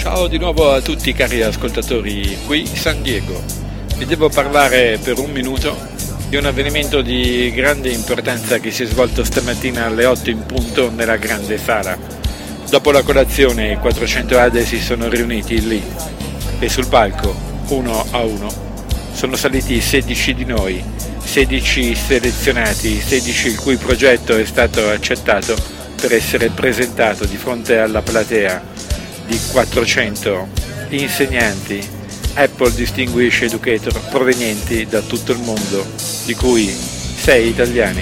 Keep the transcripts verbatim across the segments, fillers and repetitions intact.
Ciao di nuovo a tutti cari ascoltatori, qui San Diego. Vi devo parlare per un minuto di un avvenimento di grande importanza che si è svolto stamattina alle otto in punto nella grande sala. Dopo la colazione i quattrocento Ade si sono riuniti lì e sul palco, uno a uno, sono saliti sedici di noi, sedici selezionati, sedici il cui progetto è stato accettato per essere presentato di fronte alla platea di quattrocento insegnanti Apple Distinguished Educator provenienti da tutto il mondo, di cui sei italiani.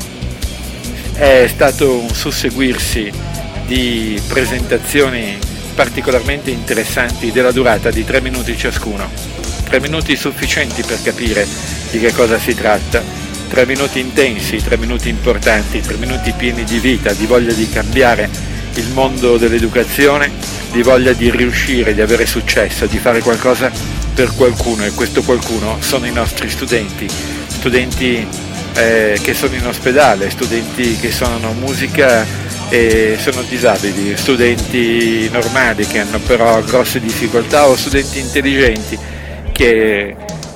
È stato un susseguirsi di presentazioni particolarmente interessanti della durata di tre minuti ciascuno, tre minuti sufficienti per capire di che cosa si tratta, tre minuti intensi, tre minuti importanti, tre minuti pieni di vita, di voglia di cambiare il mondo dell'educazione, di voglia di riuscire, di avere successo, di fare qualcosa per qualcuno, e questo qualcuno sono i nostri studenti, studenti eh, che sono in ospedale, studenti che suonano musica e sono disabili, studenti normali che hanno però grosse difficoltà o studenti intelligenti che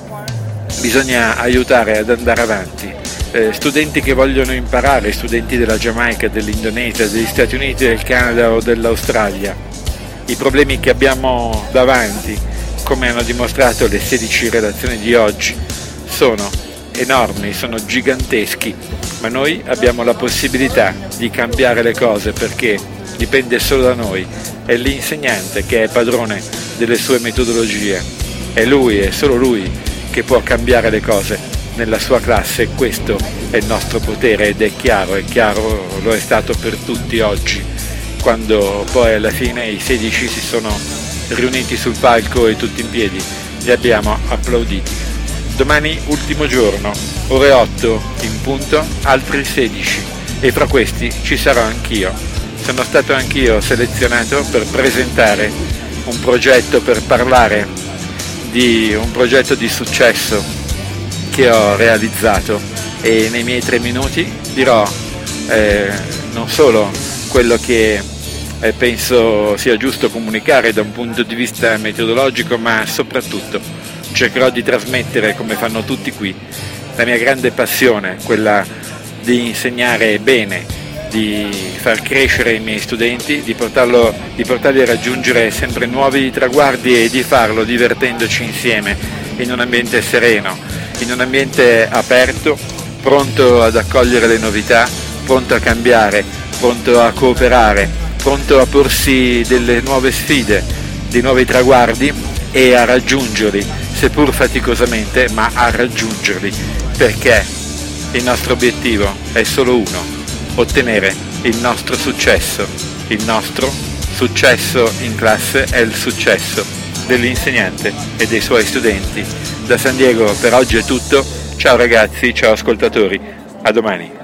bisogna aiutare ad andare avanti. Eh, studenti che vogliono imparare, studenti della Giamaica, dell'Indonesia, degli Stati Uniti, del Canada o dell'Australia. I problemi che abbiamo davanti, come hanno dimostrato le sedici relazioni di oggi, sono enormi, sono giganteschi, ma noi abbiamo la possibilità di cambiare le cose perché dipende solo da noi. È l'insegnante che è padrone delle sue metodologie, è lui, è solo lui che può cambiare le cose nella sua classe. Questo è il nostro potere ed è chiaro, è chiaro, lo è stato per tutti oggi, quando poi alla fine i sedici si sono riuniti sul palco e tutti in piedi li abbiamo applauditi. Domani ultimo giorno, ore otto in punto, altri sedici, e fra questi ci sarò anch'io. Sono stato anch'io selezionato per presentare un progetto, per parlare di un progetto di successo che ho realizzato, e nei miei tre minuti dirò eh, non solo quello che eh, penso sia giusto comunicare da un punto di vista metodologico, ma soprattutto cercherò di trasmettere, come fanno tutti qui, la mia grande passione, quella di insegnare bene, di far crescere i miei studenti, di, portarlo, di portarli a raggiungere sempre nuovi traguardi e di farlo divertendoci insieme in un ambiente sereno, in un ambiente aperto, pronto ad accogliere le novità, pronto a cambiare, pronto a cooperare, pronto a porsi delle nuove sfide, dei nuovi traguardi e a raggiungerli, seppur faticosamente, ma a raggiungerli, perché il nostro obiettivo è solo uno: ottenere il nostro successo. Il nostro successo in classe è il successo dell'insegnante e dei suoi studenti. Da San Diego per oggi è tutto, ciao ragazzi, ciao ascoltatori, a domani.